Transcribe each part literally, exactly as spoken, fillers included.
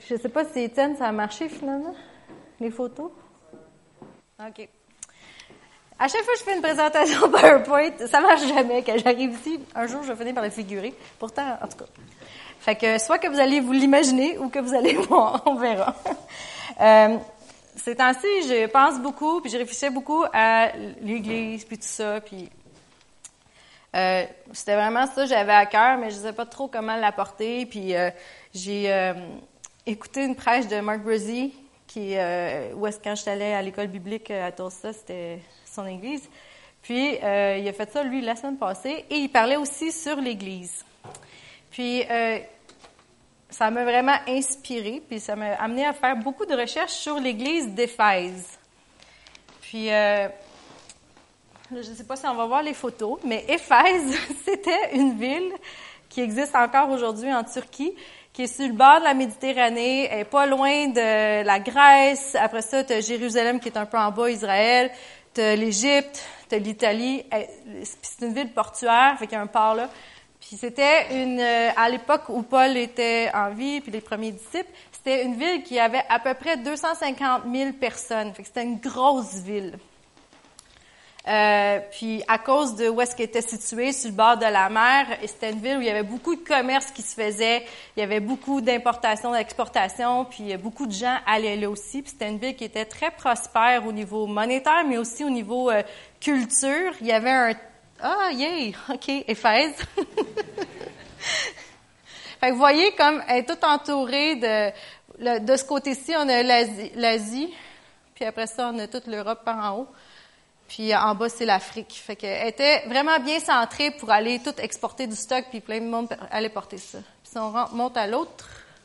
Je sais pas si Étienne, ça a marché finalement, les photos. OK. À chaque fois que je fais une présentation PowerPoint, ça marche jamais. Quand j'arrive ici, un jour, je vais finir par le figurer. Pourtant, en tout cas. Fait que soit que vous allez vous l'imaginer ou que vous allez voir, on verra. Euh, ces temps-ci, je pense beaucoup, puis je réfléchissais beaucoup à l'Église, puis tout ça, puis euh, c'était vraiment ça que j'avais à cœur, mais je ne savais pas trop comment l'apporter. Puis euh, j'ai euh, écouté une prêche de Mark Brzee, qui euh, où est-ce quand j'étais allée à l'école biblique à Tulsa, c'était son église. Puis euh, il a fait ça lui la semaine passée, et il parlait aussi sur l'Église. Puis euh, ça m'a vraiment inspirée, puis ça m'a amené à faire beaucoup de recherches sur l'Église d'Éphèse. Puis euh, je ne sais pas si on va voir les photos, mais Éphèse, c'était une ville qui existe encore aujourd'hui en Turquie, qui est sur le bord de la Méditerranée, elle est pas loin de la Grèce. Après ça, tu as Jérusalem qui est un peu en bas, Israël. Tu as l'Égypte, tu as l'Italie. C'est une ville portuaire, fait qu'il y a un port là. Puis c'était une, à l'époque où Paul était en vie, puis les premiers disciples, c'était une ville qui avait à peu près deux cent cinquante mille personnes. Fait que c'était une grosse ville. Euh, puis à cause de où est-ce qu'elle était située, sur le bord de la mer, c'était une ville où il y avait beaucoup de commerce qui se faisait, il y avait beaucoup d'importations, d'exportations, puis beaucoup de gens allaient là aussi. Puis c'était une ville qui était très prospère au niveau monétaire, mais aussi au niveau euh, culture. Il y avait un... Ah, yay! OK, Éphèse. Fait que vous voyez comme elle est toute entourée de... Le, de ce côté-ci, on a l'Asie, l'Asie, puis après ça, on a toute l'Europe par en haut. Puis en bas, c'est l'Afrique. Fait qu'elle était vraiment bien centrée pour aller tout exporter du stock, puis plein de monde allait porter ça. Puis si on monte à l'autre,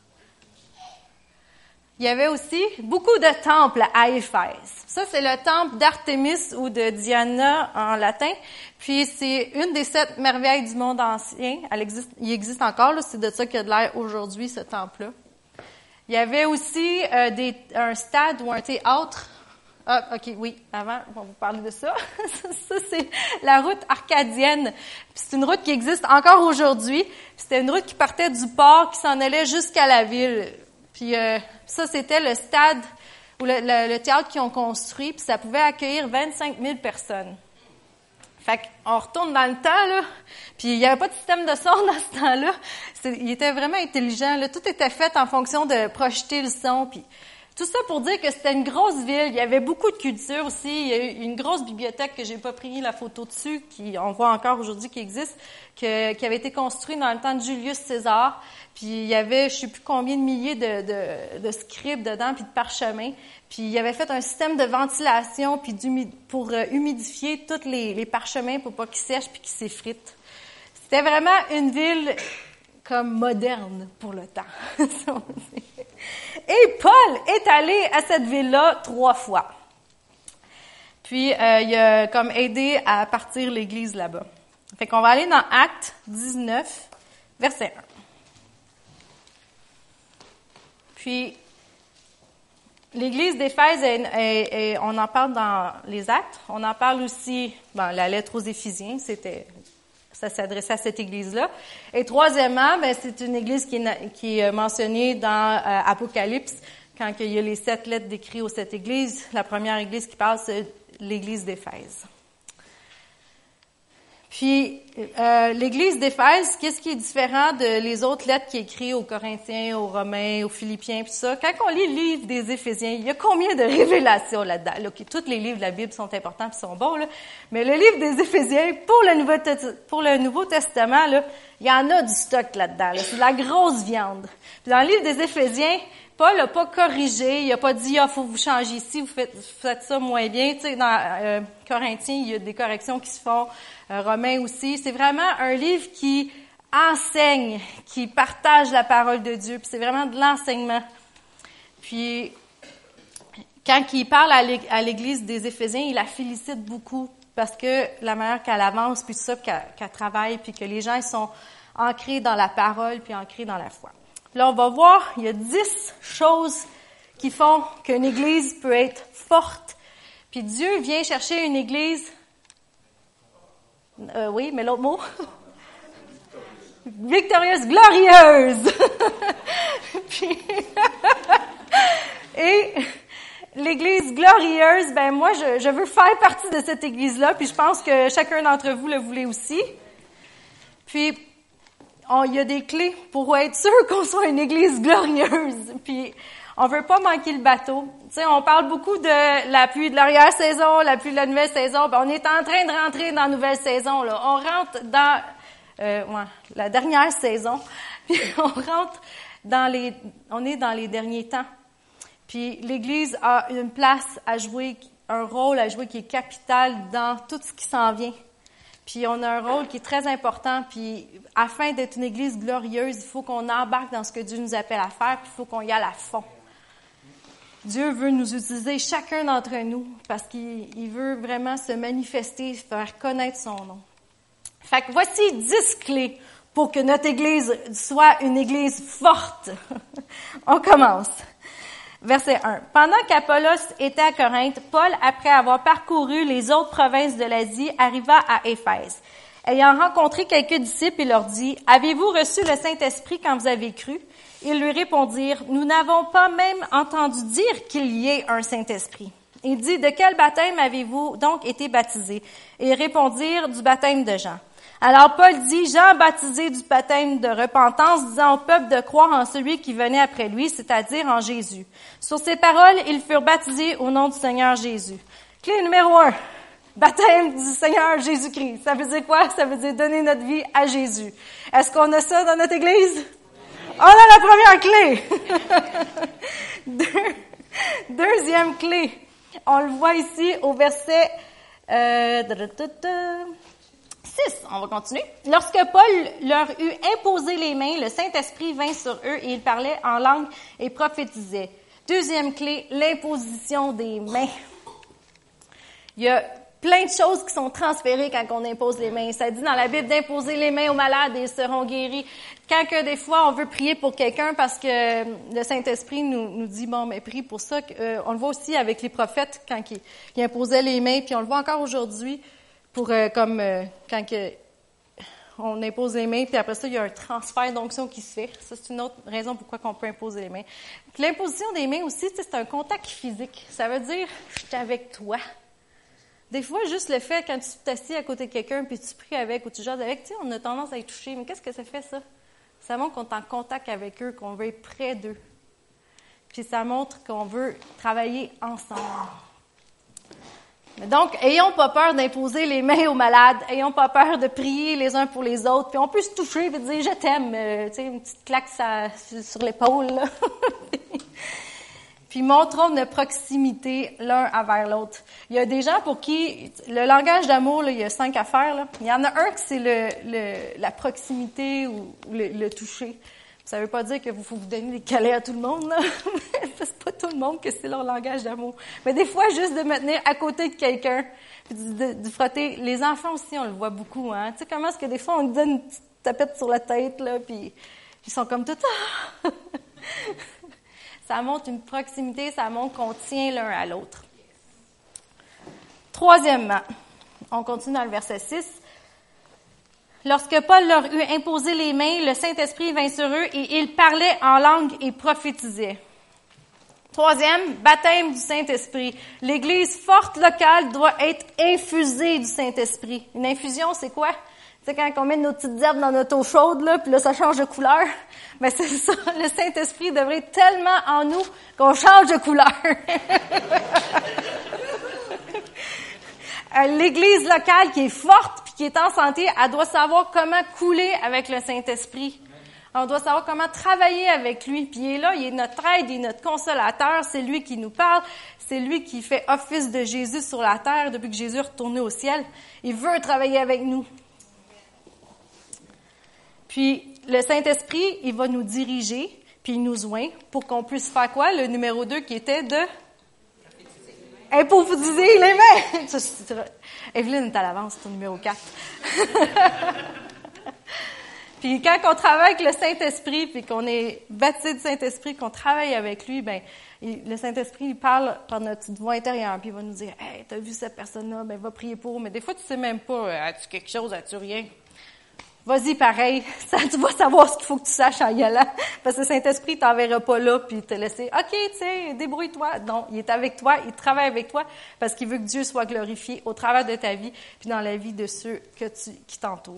il y avait aussi beaucoup de temples à Éphèse. Ça, c'est le temple d'Artémis ou de Diana en latin. Puis c'est une des sept merveilles du monde ancien. Elle existe, il existe encore, là, c'est de ça qu'il y a de l'air aujourd'hui, ce temple-là. Il y avait aussi euh, des, un stade ou un théâtre. Ah, OK, oui, avant, on va vous parler de ça. Ça, c'est la route arcadienne. Puis c'est une route qui existe encore aujourd'hui. C'était une route qui partait du port, qui s'en allait jusqu'à la ville. Puis euh, ça, c'était le stade ou le, le, le théâtre qu'ils ont construit, puis ça pouvait accueillir vingt-cinq mille personnes. Fait qu'on retourne dans le temps, là, puis il n'y avait pas de système de son dans ce temps-là. C'est, il était vraiment intelligent, là. Tout était fait en fonction de projeter le son, puis... Tout ça pour dire que c'était une grosse ville. Il y avait beaucoup de culture aussi. Il y a eu une grosse bibliothèque que j'ai pas pris la photo dessus, qui on voit encore aujourd'hui qui existe, que, qui avait été construite dans le temps de Julius César. Puis il y avait, je sais plus combien de milliers de, de, de scribes dedans, puis de parchemins. Puis il avait fait un système de ventilation, puis pour euh, humidifier tous les, les parchemins pour pas qu'ils sèchent puis qu'ils s'effritent. C'était vraiment une ville comme moderne pour le temps. Et Paul est allé à cette ville-là trois fois. Puis, euh, il a comme aidé à partir l'église là-bas. Fait qu'on va aller dans Actes dix-neuf, verset un. Puis, l'église d'Éphèse, est, est, est, on en parle dans les Actes. On en parle aussi dans la lettre aux Éphésiens. C'était... Ça s'adressait à cette église-là. Et troisièmement, ben, c'est une église qui est, qui est mentionnée dans euh, Apocalypse, quand il y a les sept lettres décrites aux sept églises. La première église qui parle, c'est l'église d'Éphèse. Puis, euh, l'église d'Éphèse, qu'est-ce qui est différent de les autres lettres qui est écrites aux Corinthiens, aux Romains, aux Philippiens, puis ça? Quand on lit le livre des Éphésiens, il y a combien de révélations là-dedans? Là, okay, tous les livres de la Bible sont importants puis sont bons, là. Mais le livre des Éphésiens, pour le Nouveau, pour le Nouveau Testament, là, il y en a du stock là-dedans. Là. C'est de la grosse viande. Puis dans le livre des Éphésiens, Paul n'a pas corrigé, il n'a pas dit « Ah, faut vous changer ici, vous faites, vous faites ça moins bien ». Tu sais, dans euh, Corinthiens, il y a des corrections qui se font, euh, Romains aussi. C'est vraiment un livre qui enseigne, qui partage la parole de Dieu. Puis c'est vraiment de l'enseignement. Puis, quand il parle à l'église des Éphésiens, il la félicite beaucoup parce que la manière qu'elle avance, puis tout ça, qu'elle, qu'elle travaille, puis que les gens ils sont ancrés dans la parole, puis ancrés dans la foi. Là, on va voir, il y a dix choses qui font qu'une église peut être forte. Puis Dieu vient chercher une église... Euh, oui, mais l'autre mot? Victorieuse, glorieuse! Puis... église glorieuse, ben moi, je, je veux faire partie de cette église-là, puis je pense que chacun d'entre vous le voulait aussi. Puis, on, il y a des clés pour être sûr qu'on soit une église glorieuse. Puis, on veut pas manquer le bateau. Tu sais, on parle beaucoup de la pluie de l'arrière-saison, la pluie de la nouvelle saison. Ben, on est en train de rentrer dans la nouvelle saison, là. On rentre dans euh, ouais, la dernière saison. Puis, on rentre dans les... On est dans les derniers temps. Puis l'Église a une place à jouer, un rôle à jouer qui est capital dans tout ce qui s'en vient. Puis on a un rôle qui est très important. Puis afin d'être une Église glorieuse, il faut qu'on embarque dans ce que Dieu nous appelle à faire, puis il faut qu'on y aille à fond. Dieu veut nous utiliser chacun d'entre nous parce qu'il il veut vraiment se manifester, faire connaître son nom. Fait que voici dix clés pour que notre Église soit une Église forte. On commence. Verset un. Pendant qu'Apollos était à Corinthe, Paul, après avoir parcouru les autres provinces de l'Asie, arriva à Éphèse. Ayant rencontré quelques disciples, il leur dit, « Avez-vous reçu le Saint-Esprit quand vous avez cru? » Ils lui répondirent, « Nous n'avons pas même entendu dire qu'il y ait un Saint-Esprit. » Il dit, « De quel baptême avez-vous donc été baptisés? » Et ils répondirent, « Du baptême de Jean. » Alors Paul dit, Jean baptisé du baptême de repentance, disant au peuple de croire en celui qui venait après lui, c'est-à-dire en Jésus. Sur ces paroles, ils furent baptisés au nom du Seigneur Jésus. Clé numéro un, baptême du Seigneur Jésus-Christ. Ça veut dire quoi? Ça veut dire donner notre vie à Jésus. Est-ce qu'on a ça dans notre Église? On a la première clé! Deux, deuxième clé, on le voit ici au verset... Euh, six, on va continuer. Lorsque Paul leur eut imposé les mains, le Saint-Esprit vint sur eux et ils parlaient en langue et prophétisaient. Deuxième clé, l'imposition des mains. Il y a plein de choses qui sont transférées quand on impose les mains. Ça dit dans la Bible d'imposer les mains aux malades et ils seront guéris. Quand que des fois on veut prier pour quelqu'un parce que le Saint-Esprit nous, nous dit, bon, mais prie pour ça. Euh, on le voit aussi avec les prophètes quand ils, ils imposaient les mains, puis on le voit encore aujourd'hui. Pour euh, comme euh, quand que on impose les mains, puis après ça, il y a un transfert d'onction qui se fait. Ça, c'est une autre raison pourquoi on peut imposer les mains. Puis l'imposition des mains aussi, c'est un contact physique. Ça veut dire, je suis avec toi. Des fois, juste le fait, quand tu t'assis à côté de quelqu'un, puis tu pries avec ou tu jases avec, tu sais, on a tendance à y toucher. Mais qu'est-ce que ça fait, ça? Ça montre qu'on est en contact avec eux, qu'on veut être près d'eux. Puis ça montre qu'on veut travailler ensemble. Donc, ayons pas peur d'imposer les mains aux malades, ayons pas peur de prier les uns pour les autres, puis on peut se toucher et dire « je t'aime euh, », tu sais, une petite claque ça, sur l'épaule, là. Puis montrons notre proximité l'un envers l'autre. Il y a des gens pour qui, le langage d'amour, là, il y a cinq affaires, là. Il y en a un qui c'est le, le, la proximité ou le, le toucher. Ça veut pas dire que vous faut vous donner des câlins à tout le monde, là. C'est pas tout le monde que c'est leur langage d'amour. Mais des fois, juste de me tenir à côté de quelqu'un, puis de, de, de frotter. Les enfants aussi, on le voit beaucoup, hein. Tu sais, comment est-ce que des fois, on donne une petite tapette sur la tête, là, puis ils sont comme tout, ah! Ça montre une proximité, ça montre qu'on tient l'un à l'autre. Troisièmement, on continue dans le verset six. Lorsque Paul leur eut imposé les mains, le Saint-Esprit vint sur eux et ils parlaient en langue et prophétisaient. Troisième, baptême du Saint-Esprit. L'Église forte locale doit être infusée du Saint-Esprit. Une infusion, c'est quoi? C'est quand on met nos petites herbes dans notre eau chaude, là, puis là, ça change de couleur. Mais c'est ça, le Saint-Esprit devrait être tellement en nous qu'on change de couleur. L'Église locale qui est forte puis qui est en santé, elle doit savoir comment couler avec le Saint-Esprit. On doit savoir comment travailler avec lui. Puis il est là, il est notre aide, il est notre consolateur. C'est lui qui nous parle. C'est lui qui fait office de Jésus sur la terre depuis que Jésus est retourné au ciel. Il veut travailler avec nous. Puis le Saint-Esprit, il va nous diriger, puis il nous oint pour qu'on puisse faire quoi? Le numéro deux qui était de... Improvisiser les mains! Ça, c'est... Evelyne est à l'avance, c'est ton numéro quatre. Puis quand on travaille avec le Saint-Esprit, puis qu'on est baptisé du Saint-Esprit, qu'on travaille avec lui, ben il, le Saint-Esprit, il parle par notre petite voix intérieure, puis il va nous dire « Hey, t'as vu cette personne-là? Ben va prier pour. » Mais des fois, tu sais même pas, as-tu quelque chose, as-tu rien? vas-y pareil, ça, tu vas savoir ce qu'il faut que tu saches en y allant, parce que le Saint-Esprit t'enverra pas là, puis te laisser, OK, tu sais, débrouille-toi. Non, il est avec toi, il travaille avec toi, parce qu'il veut que Dieu soit glorifié au travers de ta vie, puis dans la vie de ceux que tu, qui t'entourent.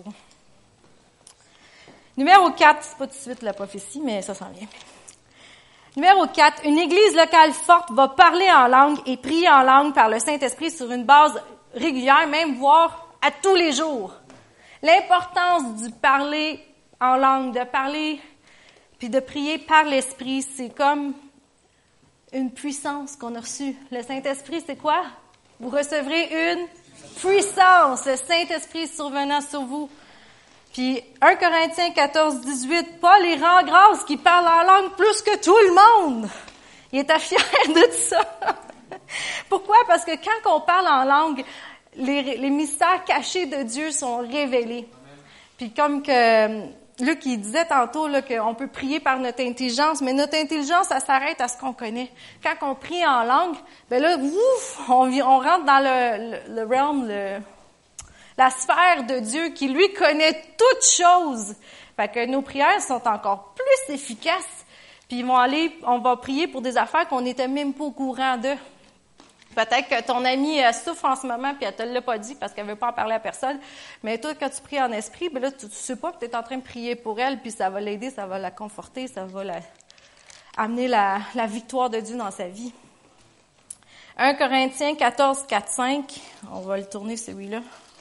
Numéro quatre, c'est pas tout de suite la prophétie, mais ça s'en vient. Numéro quatre, une église locale forte va parler en langue et prier en langue par le Saint-Esprit sur une base régulière, même voire à tous les jours. L'importance du parler en langue, de parler puis de prier par l'Esprit, c'est comme une puissance qu'on a reçue. Le Saint-Esprit, c'est quoi? Vous recevrez une puissance, le Saint-Esprit survenant sur vous. Puis, un Corinthiens quatorze, dix-huit, Paul, il rend grâce qu'il parle en langue plus que tout le monde. Il était fier de ça. Pourquoi? Parce que quand on parle en langue, les, les mystères cachés de Dieu sont révélés. Puis comme que Luc, il disait tantôt là, qu'on peut prier par notre intelligence, mais notre intelligence, ça s'arrête à ce qu'on connaît. Quand on prie en langue, ben là, ouf, on, on rentre dans le, le, le realm, le... la sphère de Dieu qui, lui, connaît toutes choses. Fait que nos prières sont encore plus efficaces. Puis ils vont aller, on va prier pour des affaires qu'on n'était même pas au courant d'eux. Peut-être que ton amie elle souffre en ce moment puis elle te l'a pas dit parce qu'elle veut pas en parler à personne. Mais toi, quand tu pries en esprit, ben là, tu, tu sais pas que tu es en train de prier pour elle puis ça va l'aider, ça va la conforter, ça va la, amener la, la victoire de Dieu dans sa vie. un Corinthiens quatorze, quatre, cinq. On va le tourner celui-là.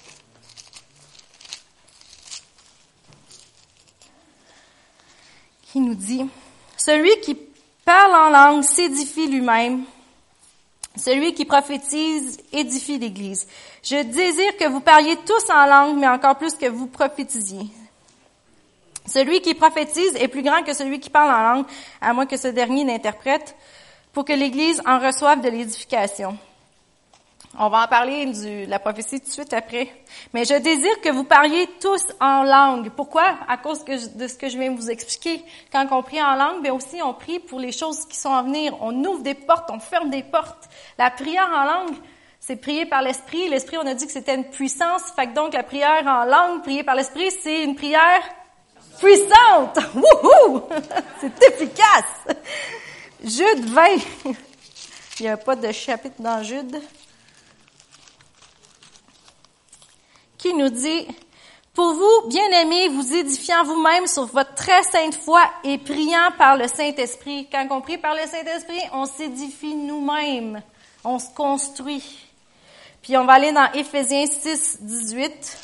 Qui nous dit, « Celui qui parle en langue s'édifie lui-même. Celui qui prophétise édifie l'Église. Je désire que vous parliez tous en langue, mais encore plus que vous prophétisiez. Celui qui prophétise est plus grand que celui qui parle en langue, à moins que ce dernier n'interprète, pour que l'Église en reçoive de l'édification. » On va en parler du, de la prophétie tout de suite après. Mais je désire que vous parliez tous en langue. Pourquoi? À cause que je, de ce que je viens de vous expliquer. Quand on prie en langue, bien aussi on prie pour les choses qui sont à venir. On ouvre des portes, on ferme des portes. La prière en langue, c'est prier par l'Esprit. L'Esprit, on a dit que c'était une puissance. Fait que donc la prière en langue, prier par l'Esprit, c'est une prière puissante. Wouhou! C'est efficace! Jude vingt. Il n'y a pas de chapitre dans Jude. Qui nous dit, « Pour vous, bien-aimés, vous édifiant vous-même sur votre très sainte foi et priant par le Saint-Esprit. » Quand on prie par le Saint-Esprit, on s'édifie nous-mêmes, on se construit. Puis on va aller dans Éphésiens six, dix-huit.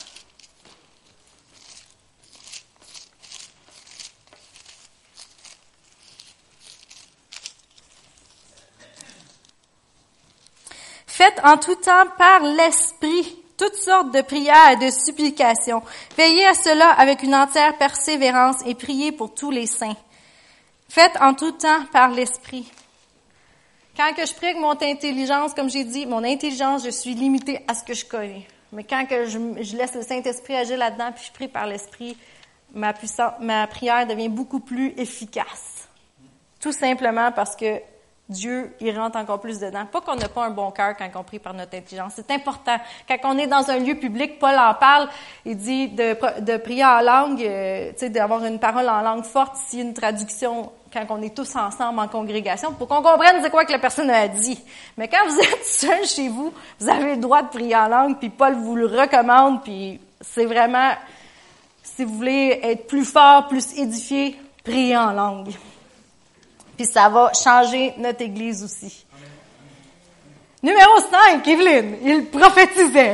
Faites en tout temps par l'Esprit toutes sortes de prières et de supplications. Veillez à cela avec une entière persévérance et priez pour tous les saints. Faites en tout temps par l'Esprit. Quand que je prie avec mon intelligence, comme j'ai dit, mon intelligence, je suis limitée à ce que je connais. Mais quand que je, je laisse le Saint-Esprit agir là-dedans, puis je prie par l'Esprit, ma puissance, ma prière devient beaucoup plus efficace. Tout simplement parce que Dieu, il rentre encore plus dedans. Pas qu'on n'a pas un bon cœur quand on prie par notre intelligence. C'est important. Quand on est dans un lieu public, Paul en parle, il dit de, de prier en langue, euh, tu sais, d'avoir une parole en langue forte, s'il y a une traduction, quand on est tous ensemble en congrégation, pour qu'on comprenne c'est quoi que la personne a dit. Mais quand vous êtes seul chez vous, vous avez le droit de prier en langue, puis Paul vous le recommande, puis c'est vraiment, si vous voulez être plus fort, plus édifié, priez en langue. Puis ça va changer notre Église aussi. Amen. Numéro cinq, Evelyne, il prophétisait.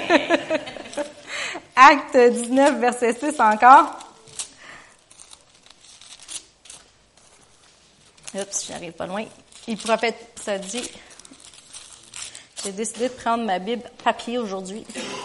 Acte dix-neuf, verset six encore. Oups, j'arrive pas loin. Il prophète, ça dit, j'ai décidé de prendre ma Bible papier aujourd'hui.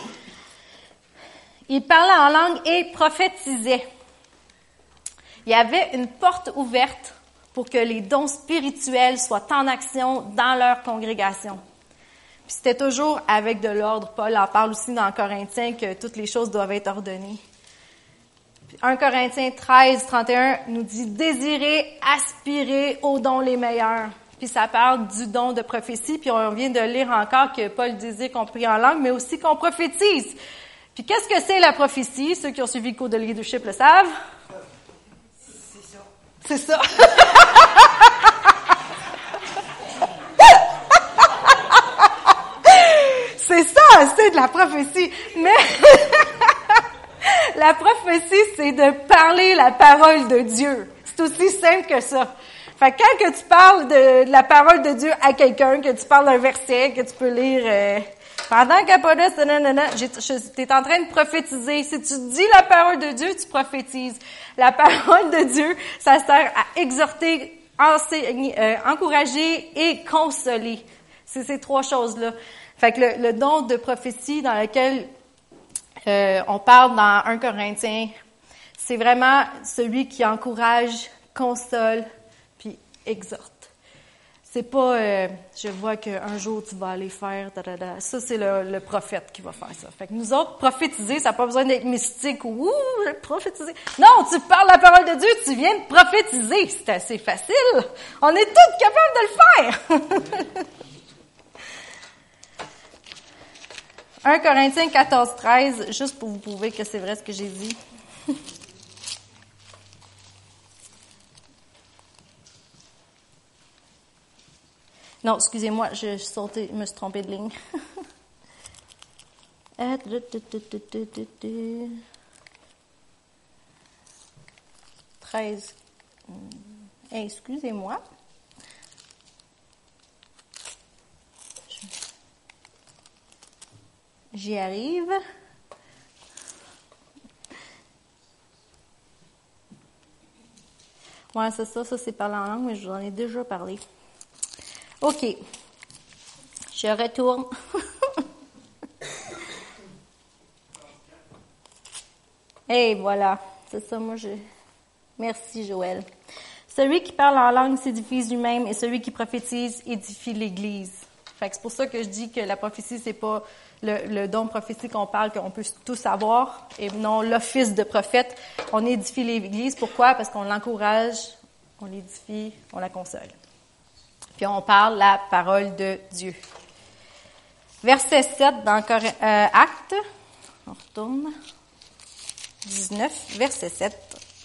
Il parlait en langue et prophétisait. Il y avait une porte ouverte pour que les dons spirituels soient en action dans leur congrégation. Puis c'était toujours avec de l'ordre. Paul en parle aussi dans Corinthiens que toutes les choses doivent être ordonnées. Puis un Corinthiens treize, trente et un nous dit « Désirez, aspirez aux dons les meilleurs ». Puis ça parle du don de prophétie. Puis on vient de lire encore que Paul disait qu'on prie en langue, mais aussi qu'on prophétise. Puis qu'est-ce que c'est la prophétie? Ceux qui ont suivi le cours de leadership le savent. C'est ça. C'est ça. C'est ça, c'est de la prophétie. Mais la prophétie, c'est de parler la parole de Dieu. C'est aussi simple que ça. Fait que quand que tu parles de, de la parole de Dieu à quelqu'un, que tu parles d'un verset, que tu peux lire euh, pendant qu'Apollos, nanana, t'es en train de prophétiser. Si tu dis la parole de Dieu, tu prophétises. La parole de Dieu, ça sert à exhorter, enseigner, euh, encourager et consoler. C'est ces trois choses-là. Fait que le, le don de prophétie dans lequel euh, on parle dans un Corinthiens, c'est vraiment celui qui encourage, console, puis exhorte. C'est pas euh, je vois qu'un jour tu vas aller faire da, da, da. Ça, c'est le, le prophète qui va faire ça. Fait que nous autres, prophétiser, ça n'a pas besoin d'être mystique ou ouh, je vais prophétiser. Non, tu parles la parole de Dieu, tu viens de prophétiser. C'est assez facile. On est toutes capables de le faire. un Corinthiens quatorze treize, juste pour vous prouver que c'est vrai ce que j'ai dit. Non, excusez-moi, je suis sauté, je me suis trompée de ligne. treize. Hey, excusez-moi. J'y arrive. Ouais, c'est ça, ça c'est parler en langue, mais je vous en ai déjà parlé. OK. Je retourne. Et voilà. C'est ça, moi, je... Merci, Joël. Celui qui parle en langue s'édifie lui-même et celui qui prophétise édifie l'Église. Fait que c'est pour ça que je dis que la prophétie, c'est pas le, le don de prophétie qu'on parle, qu'on peut tous avoir, et non l'office de prophète. On édifie l'Église. Pourquoi? Parce qu'on l'encourage, on l'édifie, on la console. Puis on parle la parole de Dieu. Verset sept dans euh, Actes. On retourne. dix-neuf, verset sept.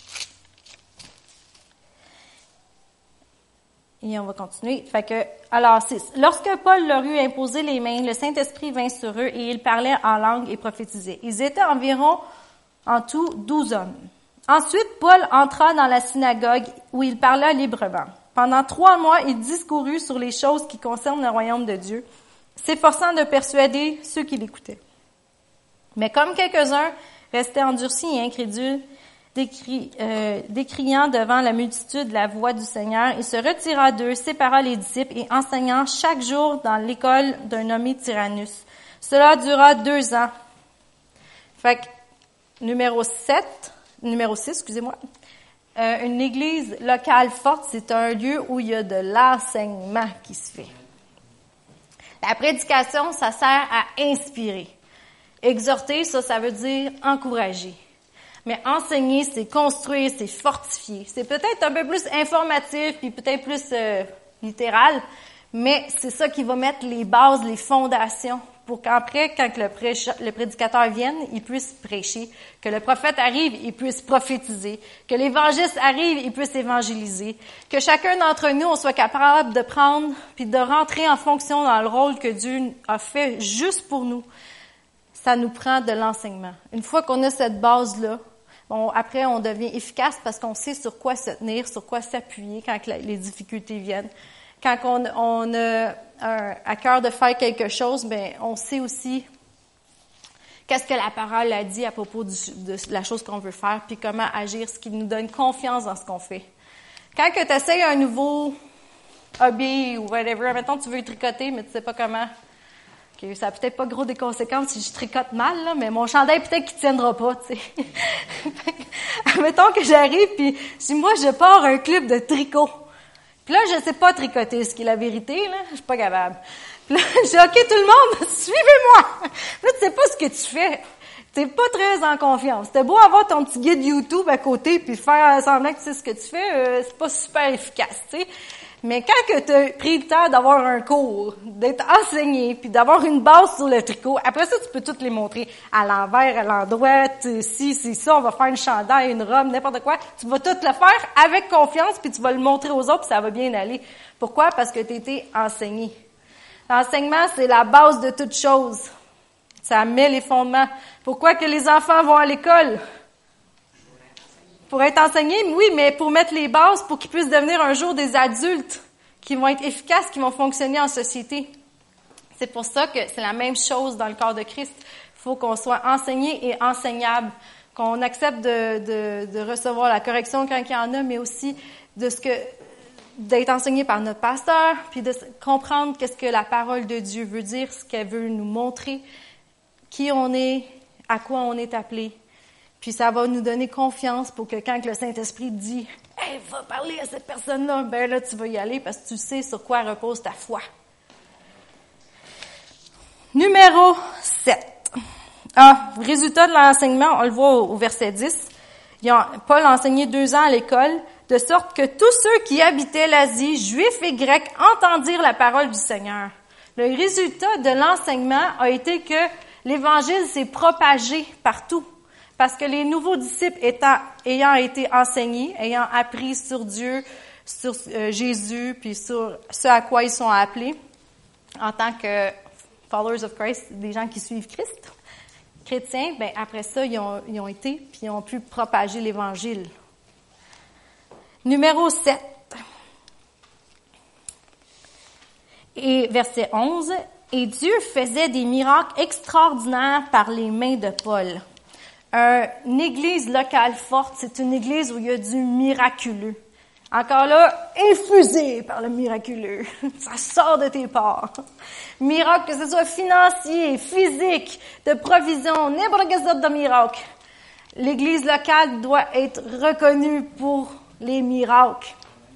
Et on va continuer. Fait que, alors, six. Lorsque Paul leur eut imposé les mains, le Saint-Esprit vint sur eux et ils parlaient en langue et prophétisaient. Ils étaient environ, en tout, douze hommes. Ensuite, Paul entra dans la synagogue où il parla librement. Pendant trois mois, il discourut sur les choses qui concernent le royaume de Dieu, s'efforçant de persuader ceux qui l'écoutaient. Mais comme quelques-uns restaient endurcis et incrédules, Décri, euh, décriant devant la multitude la voix du Seigneur, il se retira d'eux, sépara les disciples et enseignant chaque jour dans l'école d'un nommé Tyrannus. Cela dura deux ans. Fait que, numéro sept, numéro six, excusez-moi, euh, une église locale forte, c'est un lieu où il y a de l'enseignement qui se fait. La prédication, ça sert à inspirer. Exhorter, ça, ça veut dire encourager. Mais enseigner, c'est construire, c'est fortifier. C'est peut-être un peu plus informatif, puis peut-être plus euh, littéral, mais c'est ça qui va mettre les bases, les fondations, pour qu'après, quand le, prêche, le prédicateur vienne, il puisse prêcher, que le prophète arrive, il puisse prophétiser, que l'évangéliste arrive, il puisse évangéliser, que chacun d'entre nous, on soit capable de prendre, puis de rentrer en fonction dans le rôle que Dieu a fait juste pour nous. Ça nous prend de l'enseignement. Une fois qu'on a cette base-là, bon, après, on devient efficace parce qu'on sait sur quoi se tenir, sur quoi s'appuyer quand les difficultés viennent. Quand on, on a un, à cœur de faire quelque chose, ben, on sait aussi qu'est-ce que la parole a dit à propos du, de la chose qu'on veut faire, puis comment agir, ce qui nous donne confiance dans ce qu'on fait. Quand tu essaies un nouveau hobby ou whatever, mettons tu veux tricoter, mais tu sais pas comment... Okay, ça n'a peut-être pas gros des conséquences si je tricote mal, là, mais mon chandail peut-être qu'il tiendra pas, tu sais. Admettons que j'arrive, puis si moi, je pars un club de tricot. Puis là, je sais pas tricoter, ce qui est la vérité, là, je suis pas capable. Puis là, je dis, OK, tout le monde, suivez-moi! Là, tu sais pas ce que tu fais. T'es pas très en confiance. C'était beau avoir ton petit guide YouTube à côté, puis faire semblant que tu sais ce que tu fais, euh, c'est pas super efficace, tu sais. Mais quand tu as pris le temps d'avoir un cours, d'être enseigné, puis d'avoir une base sur le tricot, après ça, tu peux toutes les montrer à l'envers, à l'endroit, si c'est ça, on va faire une chandail, une robe, n'importe quoi. Tu vas tout le faire avec confiance, puis tu vas le montrer aux autres, puis ça va bien aller. Pourquoi? Parce que tu as été enseigné. L'enseignement, c'est la base de toute chose. Ça met les fondements. Pourquoi que les enfants vont à l'école? Pour être enseignés, oui, mais pour mettre les bases pour qu'ils puissent devenir un jour des adultes qui vont être efficaces, qui vont fonctionner en société. C'est pour ça que c'est la même chose dans le corps de Christ. Il faut qu'on soit enseigné et enseignable, qu'on accepte de, de, de recevoir la correction quand il y en a, mais aussi de ce que d'être enseigné par notre pasteur, puis de comprendre qu'est-ce que la parole de Dieu veut dire, ce qu'elle veut nous montrer, qui on est, à quoi on est appelé. Puis ça va nous donner confiance pour que quand le Saint-Esprit dit « Hey, va parler à cette personne-là », ben là, tu vas y aller parce que tu sais sur quoi repose ta foi. Numéro sept. Ah, résultat de l'enseignement, on le voit au, au verset dix. Paul a enseigné deux ans à l'école, de sorte que tous ceux qui habitaient l'Asie, juifs et grecs, entendirent la parole du Seigneur. Le résultat de l'enseignement a été que l'Évangile s'est propagé partout. Parce que les nouveaux disciples étant, ayant été enseignés, ayant appris sur Dieu, sur euh, Jésus, puis sur ce à quoi ils sont appelés, en tant que followers of Christ, des gens qui suivent Christ, chrétiens, ben après ça, ils ont, ils ont été, puis ils ont pu propager l'Évangile. Numéro sept. Et verset onze. Et Dieu faisait des miracles extraordinaires par les mains de Paul. Une église locale forte, c'est une église où il y a du miraculeux. Encore là, infusé par le miraculeux. Ça sort de tes pores. Miracle, que ce soit financier, physique, de provision, n'importe quelle sorte de miracle. L'église locale doit être reconnue pour les miracles.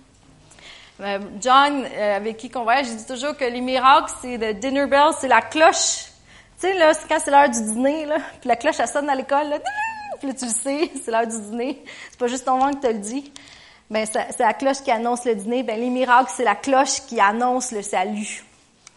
John, avec qui on voyage, je dis toujours que les miracles, c'est le dinner bell, c'est la cloche. Tu sais, là, c'est quand c'est l'heure du dîner, là, puis la cloche, elle sonne à l'école, là, puis là, tu le sais, c'est l'heure du dîner. C'est pas juste ton ventre qui te le dit. Ben, c'est, c'est la cloche qui annonce le dîner. Ben, les miracles, c'est la cloche qui annonce le salut.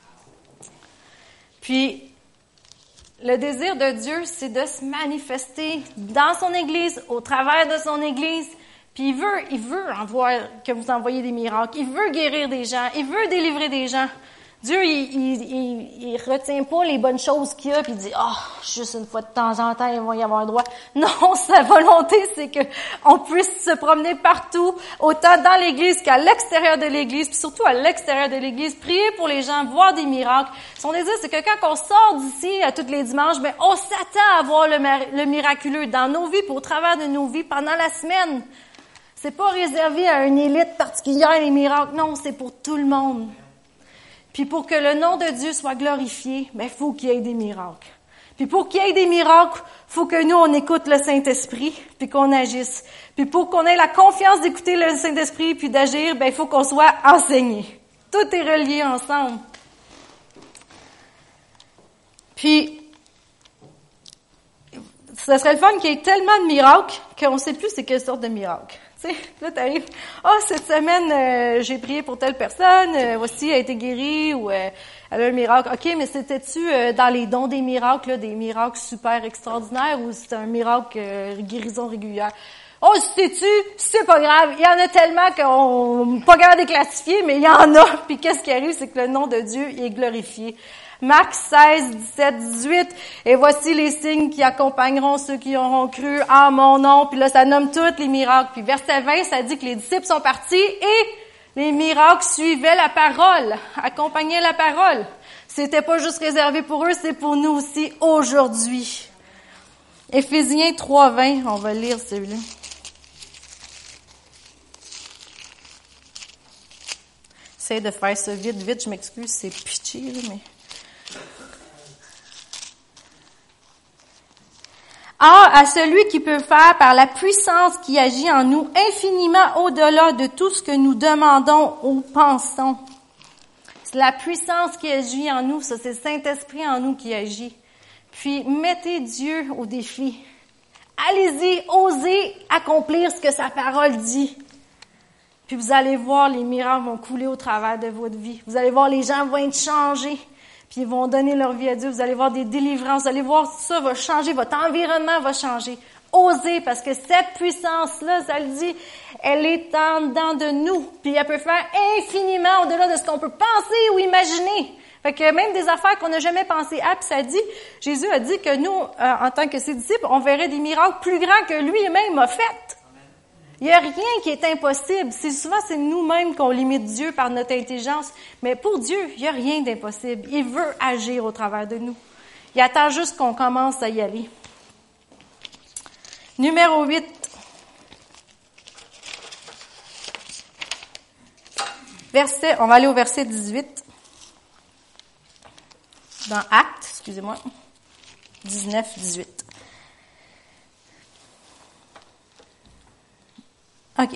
Puis, le désir de Dieu, c'est de se manifester dans son Église, au travers de son Église. Puis, il veut, il veut envoyer, que vous envoyez des miracles. Il veut guérir des gens. Il veut délivrer des gens. Dieu, il, il, il, il retient pas les bonnes choses qu'il y a, puis il dit, ah, oh, juste une fois de temps en temps, il va y avoir droit. Non, sa volonté, c'est que on puisse se promener partout, autant dans l'Église qu'à l'extérieur de l'Église, puis surtout à l'extérieur de l'Église, prier pour les gens, voir des miracles. Son désir, c'est que quand on sort d'ici à tous les dimanches, ben, on s'attend à voir le, le miraculeux dans nos vies, puis au travers de nos vies pendant la semaine. C'est pas réservé à une élite particulière, les miracles. Non, c'est pour tout le monde. Puis pour que le nom de Dieu soit glorifié, ben, il faut qu'il y ait des miracles. Puis pour qu'il y ait des miracles, il faut que nous, on écoute le Saint-Esprit, puis qu'on agisse. Puis pour qu'on ait la confiance d'écouter le Saint-Esprit, puis d'agir, ben, il faut qu'on soit enseigné. Tout est relié ensemble. Puis, ça serait le fun qu'il y ait tellement de miracles qu'on ne sait plus c'est quelle sorte de miracle. Tu sais, là, t'arrives, ah, oh, cette semaine, euh, j'ai prié pour telle personne, euh, voici, elle a été guérie, ou euh, elle a un miracle. OK, mais c'était-tu euh, dans les dons des miracles, là, des miracles super extraordinaires, ou c'était un miracle euh, guérison régulière? Oh, sais-tu, c'est pas grave, il y en a tellement qu'on n'est pas capable de les classifier, mais il y en a. Puis qu'est-ce qui arrive, c'est que le nom de Dieu est glorifié. Marc seize, dix-sept, dix-huit, et voici les signes qui accompagneront ceux qui auront cru en mon nom. Puis là, ça nomme tous les miracles. Puis verset vingt, ça dit que les disciples sont partis et les miracles suivaient la parole, accompagnaient la parole. C'était pas juste réservé pour eux, c'est pour nous aussi aujourd'hui. Éphésiens trois, vingt, on va lire celui-là. J'essaie de faire ça vite, vite, je m'excuse, c'est pitché, là, mais... Or, à celui qui peut faire par la puissance qui agit en nous infiniment au-delà de tout ce que nous demandons ou pensons. C'est la puissance qui agit en nous, ça, c'est le Saint-Esprit en nous qui agit. Puis, mettez Dieu au défi. Allez-y, osez accomplir ce que sa parole dit. Puis vous allez voir, les miracles vont couler au travers de votre vie. Vous allez voir, les gens vont être changés. Puis ils vont donner leur vie à Dieu. Vous allez voir des délivrances. Vous allez voir, ça va changer. Votre environnement va changer. Osez, parce que cette puissance-là, ça le dit, elle est en dedans de nous. Puis elle peut faire infiniment au-delà de ce qu'on peut penser ou imaginer. Fait que même des affaires qu'on n'a jamais pensé à, puis ça dit, Jésus a dit que nous, euh, en tant que ses disciples, on verrait des miracles plus grands que lui-même a fait. Il n'y a rien qui est impossible. C'est souvent, c'est nous-mêmes qu'on limite Dieu par notre intelligence. Mais pour Dieu, il n'y a rien d'impossible. Il veut agir au travers de nous. Il attend juste qu'on commence à y aller. Numéro huit. Verset, on va aller au verset dix-huit. Dans Actes, excusez-moi. dix-neuf, dix-huit. OK.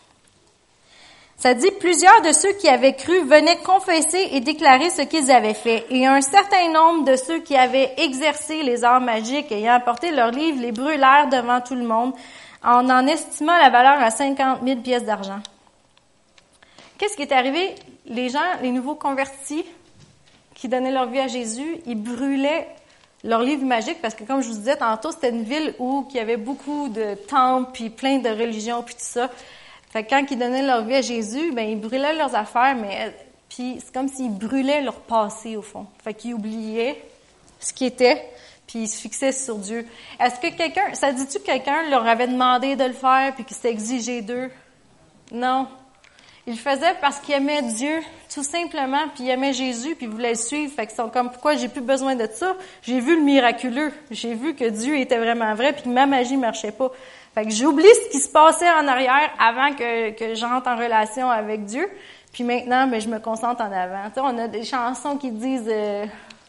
Ça dit, plusieurs de ceux qui avaient cru venaient confesser et déclarer ce qu'ils avaient fait. Et un certain nombre de ceux qui avaient exercé les arts magiques ayant apporté leurs livres les brûlèrent devant tout le monde en en estimant la valeur à cinquante mille pièces d'argent. Qu'est-ce qui est arrivé? Les gens, les nouveaux convertis qui donnaient leur vie à Jésus, ils brûlaient leurs livres magiques parce que, comme je vous disais tantôt, c'était une ville où il y avait beaucoup de temples puis plein de religions puis tout ça. Fait que quand ils donnaient leur vie à Jésus, ben ils brûlaient leurs affaires, mais puis c'est comme s'ils brûlaient leur passé au fond. Fait qu'ils oubliaient ce qui était, puis ils se fixaient sur Dieu. Est-ce que quelqu'un, ça dit-tu que quelqu'un leur avait demandé de le faire puis que c'était exigé d'eux? Non. Ils le faisaient parce qu'ils aimaient Dieu, tout simplement, puis ils aimaient Jésus, puis ils voulaient le suivre. Fait qu'ils sont comme, pourquoi j'ai plus besoin de ça? J'ai vu le miraculeux. J'ai vu que Dieu était vraiment vrai, puis que ma magie marchait pas. Fait que j'oublie ce qui se passait en arrière avant que, que j'entre en relation avec Dieu. Puis maintenant, ben, je me concentre en avant. Tu sais, on a des chansons qui disent euh,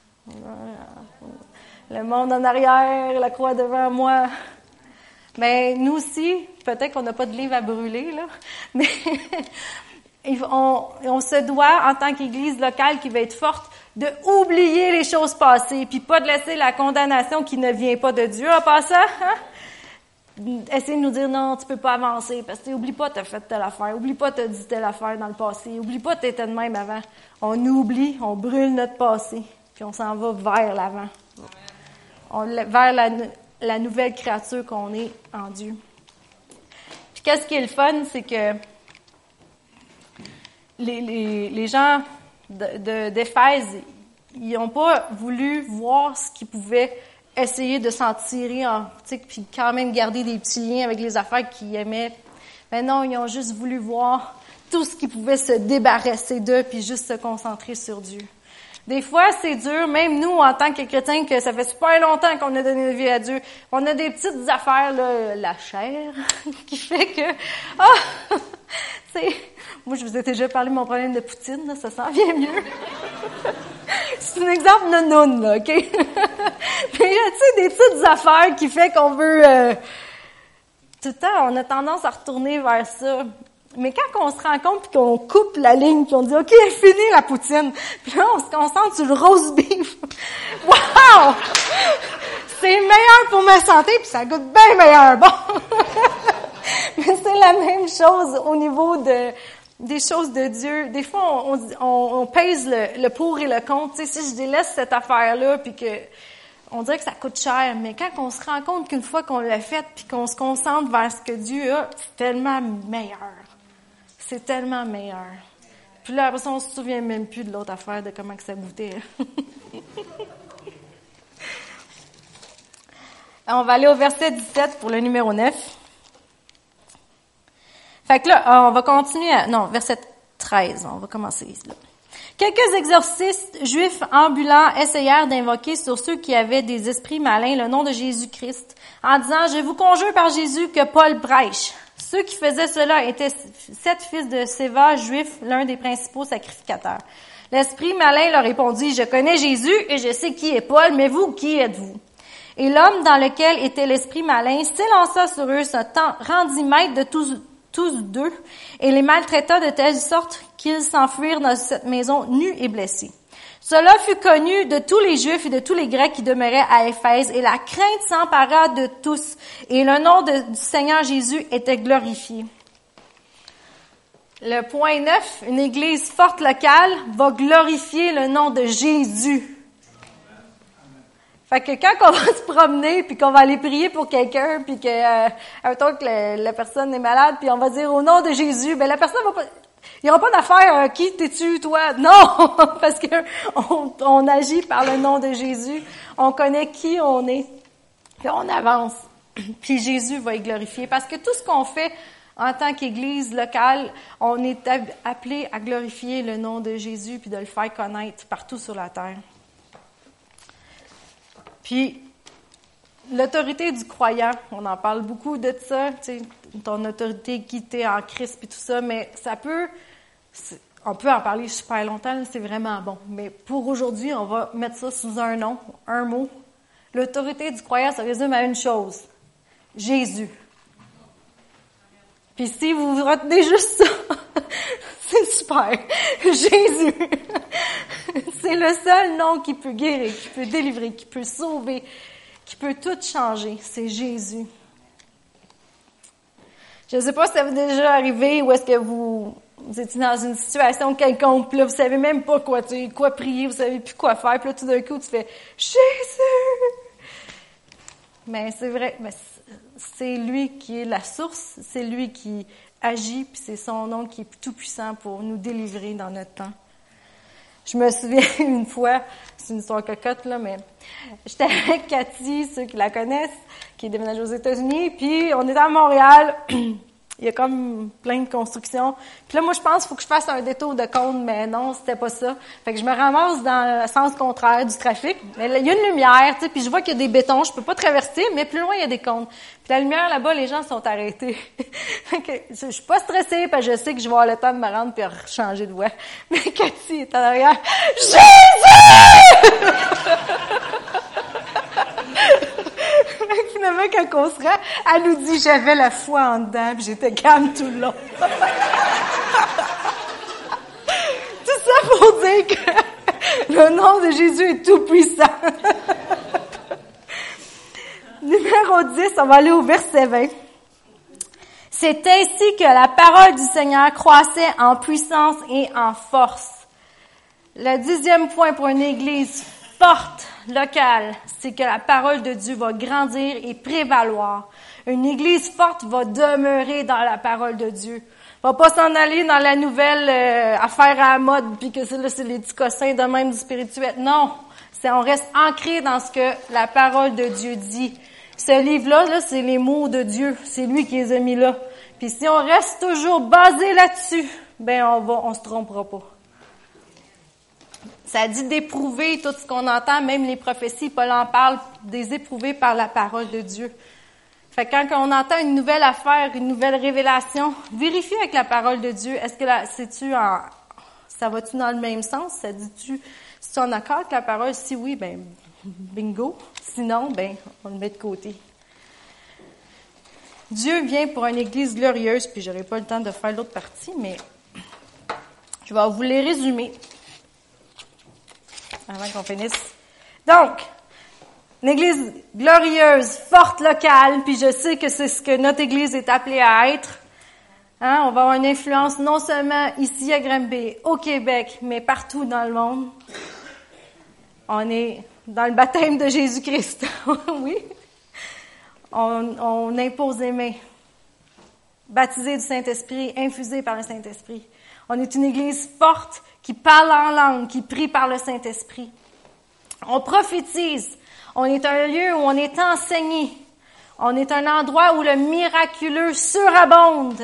le monde en arrière, la croix devant moi. Mais nous aussi, peut-être qu'on n'a pas de livre à brûler, là, mais on, on se doit, en tant qu'Église locale qui va être forte, de oublier les choses passées, puis pas de laisser la condamnation qui ne vient pas de Dieu en passant, hein? Essayer de nous dire non, tu peux pas avancer, parce que oublie pas t'as fait telle affaire, oublie pas t'as dit telle affaire dans le passé, oublie pas t'étais de même avant. On oublie, on brûle notre passé, puis on s'en va vers l'avant, on, vers la, la nouvelle créature qu'on est en Dieu. Puis qu'est-ce qui est le fun, c'est que les, les, les gens de, de, d'Éphèse, ils n'ont pas voulu voir ce qu'ils pouvaient essayer de s'en tirer, en, puis quand même garder des petits liens avec les affaires qu'ils aimaient. Mais non, ils ont juste voulu voir tout ce qui pouvait se débarrasser d'eux, puis juste se concentrer sur Dieu. Des fois, c'est dur, même nous, en tant que chrétiens, que ça fait super longtemps qu'on a donné notre vie à Dieu. On a des petites affaires, là, la chair, qui fait que, ah, oh, tu sais, moi, je vous ai déjà parlé de mon problème de poutine, là, ça s'en vient mieux. C'est un exemple de noun, là, OK? Mais, tu sais, des petites affaires qui fait qu'on veut, euh, tout le temps, on a tendance à retourner vers ça. Mais quand on se rend compte puis qu'on coupe la ligne puis on dit « OK, fini la poutine », puis là, on se concentre sur le roast beef. Wow! C'est meilleur pour ma santé puis ça goûte bien meilleur. Bon! Mais c'est la même chose au niveau de des choses de Dieu. Des fois, on, on, on pèse le, le pour et le contre. Tu sais, si je délaisse cette affaire-là puis que on dirait que ça coûte cher, mais quand on se rend compte qu'une fois qu'on l'a fait puis qu'on se concentre vers ce que Dieu a, c'est tellement meilleur. C'est tellement meilleur. Puis là, après ça, on se souvient même plus de l'autre affaire, de comment que ça goûtait. On va aller au verset dix-sept pour le numéro neuf. Fait que là, on va continuer à... Non, verset treize, on va commencer là. Quelques exorcistes juifs ambulants essayèrent d'invoquer sur ceux qui avaient des esprits malins le nom de Jésus-Christ, en disant « Je vous conjure par Jésus que Paul prêche ». Ceux qui faisaient cela étaient sept fils de Séva, juifs, l'un des principaux sacrificateurs. L'esprit malin leur répondit « Je connais Jésus et je sais qui est Paul, mais vous, qui êtes-vous » Et l'homme dans lequel était l'esprit malin s'élança sur eux, se rendit maître de tous, tous deux, et les maltraita de telle sorte qu'ils s'enfuirent dans cette maison nus et blessés. Cela fut connu de tous les Juifs et de tous les Grecs qui demeuraient à Éphèse, et la crainte s'empara de tous, et le nom de, du Seigneur Jésus était glorifié. Le point neuf, une église forte locale va glorifier le nom de Jésus. Fait que quand on va se promener, puis qu'on va aller prier pour quelqu'un, puis que euh, un temps que la, la personne est malade, puis on va dire au nom de Jésus, ben la personne va pas, il y aura pas d'affaire euh, qui t'es-tu toi? Non, parce que on, on agit par le nom de Jésus, on connaît qui on est, puis on avance, puis Jésus va y glorifier, parce que tout ce qu'on fait en tant qu'église locale, on est appelé à glorifier le nom de Jésus, puis de le faire connaître partout sur la terre. Puis, l'autorité du croyant, on en parle beaucoup de ça, tu sais, ton autorité qui t'es en Christ puis tout ça, mais ça peut, on peut en parler super longtemps, c'est vraiment bon. Mais pour aujourd'hui, on va mettre ça sous un nom, un mot. L'autorité du croyant, ça résume à une chose, Jésus. Puis si vous retenez juste ça, c'est super. Jésus. C'est le seul nom qui peut guérir, qui peut délivrer, qui peut sauver, qui peut tout changer. C'est Jésus. Je ne sais pas si ça vous est déjà arrivé ou est-ce que vous, vous étiez dans une situation quelconque, puis là, vous savez même pas quoi, tu sais, quoi prier, vous savez plus quoi faire, puis là, tout d'un coup, tu fais « Jésus! » Mais c'est vrai, mais c'est lui qui est la source, c'est lui qui agit, puis c'est son nom qui est tout-puissant pour nous délivrer dans notre temps. Je me souviens une fois, c'est une histoire cocotte, là, mais j'étais avec Cathy, ceux qui la connaissent, qui est déménagée aux États-Unis, puis on était à Montréal, il y a comme plein de constructions. Puis là, moi, je pense qu'il faut que je fasse un détour de Cône, mais non, c'était pas ça. Fait que je me ramasse dans le sens contraire du trafic. Mais là, il y a une lumière, tu sais, puis je vois qu'il y a des bétons, je peux pas traverser, mais plus loin, il y a des cônes. Puis la lumière, là-bas, les gens sont arrêtés. Fait que je suis pas stressée, parce que je sais que je vais avoir le temps de me rendre puis changer de voie. Mais Cathy est en arrière. Jésus! Finalement, quand on se rend, elle nous dit, j'avais la foi en dedans, puis j'étais calme tout le long. Tout ça pour dire que le nom de Jésus est tout puissant. Numéro dix, on va aller au verset vingt. C'est ainsi que la parole du Seigneur croissait en puissance et en force. Le dixième point pour une église forte, locale, c'est que la parole de Dieu va grandir et prévaloir. Une église forte va demeurer dans la parole de Dieu. Va pas s'en aller dans la nouvelle euh, affaire à la mode, puis que c'est là, c'est les petits cossins de même du spirituel. Non, c'est on reste ancré dans ce que la parole de Dieu dit. Ce livre-là, là, c'est les mots de Dieu. C'est lui qui les a mis là. Puis si on reste toujours basé là-dessus, ben on va, on se trompera pas. Ça dit d'éprouver tout ce qu'on entend, même les prophéties, Paul en parle, des éprouver par la parole de Dieu. Fait que quand on entend une nouvelle affaire, une nouvelle révélation, vérifie avec la parole de Dieu. Est-ce que là, c'est-tu en, ça va-tu dans le même sens? Ça dit-tu, c'est-tu en accord avec la parole? Si oui, ben, bingo. Sinon, ben, on le met de côté. Dieu vient pour une église glorieuse, puis j'aurai pas le temps de faire l'autre partie, mais je vais vous les résumer avant qu'on finisse. Donc, une église glorieuse, forte, locale, puis je sais que c'est ce que notre église est appelée à être. Hein, on va avoir une influence non seulement ici à Granby, au Québec, mais partout dans le monde. On est dans le baptême de Jésus-Christ. Oui. On, on impose les mains. Baptisé du Saint-Esprit, infusé par le Saint-Esprit. On est une église forte qui parle en langue, qui prie par le Saint-Esprit. On prophétise. On est un lieu où on est enseigné. On est un endroit où le miraculeux surabonde.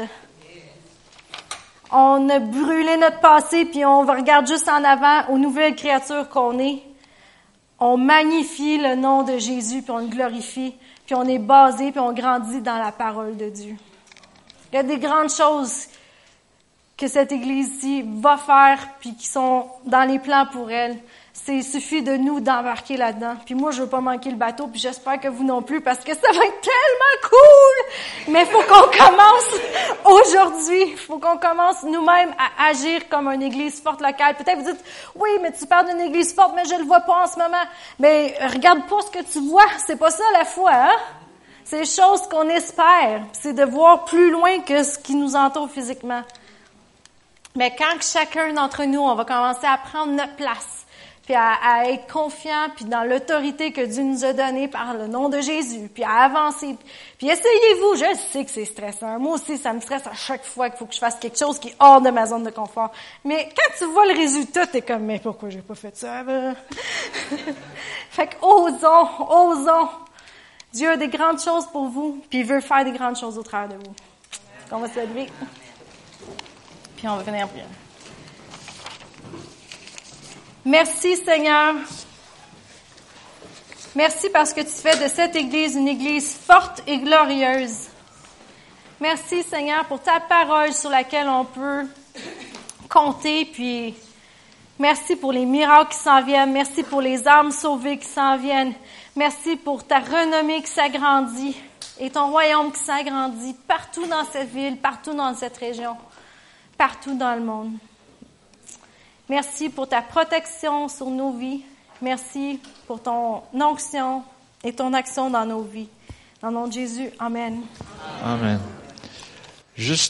On a brûlé notre passé, puis on regarde juste en avant aux nouvelles créatures qu'on est. On magnifie le nom de Jésus, puis on le glorifie, puis on est basé, puis on grandit dans la parole de Dieu. Il y a des grandes choses que cette Église-ci va faire, puis qui sont dans les plans pour elle. C'est, il suffit de nous d'embarquer là-dedans. Puis moi, je veux pas manquer le bateau, puis j'espère que vous non plus, parce que ça va être tellement cool! Mais il faut qu'on commence aujourd'hui. Il faut qu'on commence nous-mêmes à agir comme une Église forte locale. Peut-être vous dites, oui, mais tu parles d'une Église forte, mais je le vois pas en ce moment. Mais regarde pas ce que tu vois. C'est pas ça la foi, hein? C'est les choses qu'on espère. C'est de voir plus loin que ce qui nous entoure physiquement. Mais quand chacun d'entre nous, on va commencer à prendre notre place, puis à, à être confiant, puis dans l'autorité que Dieu nous a donnée par le nom de Jésus, puis à avancer. Puis essayez-vous, je sais que c'est stressant. Moi aussi, ça me stresse à chaque fois qu'il faut que je fasse quelque chose qui est hors de ma zone de confort. Mais quand tu vois le résultat, t'es comme, mais pourquoi j'ai pas fait ça avant? Fait que osons, osons. Dieu a des grandes choses pour vous, puis il veut faire des grandes choses au travers de vous. On va se lever, puis on va venir prier. Merci Seigneur. Merci parce que tu fais de cette Église une Église forte et glorieuse. Merci Seigneur pour ta parole sur laquelle on peut compter, puis merci pour les miracles qui s'en viennent. Merci pour les âmes sauvées qui s'en viennent. Merci pour ta renommée qui s'agrandit et ton royaume qui s'agrandit partout dans cette ville, partout dans cette région, partout dans le monde. Merci pour ta protection sur nos vies. Merci pour ton onction et ton action dans nos vies. Dans le nom de Jésus, amen. Amen. Juste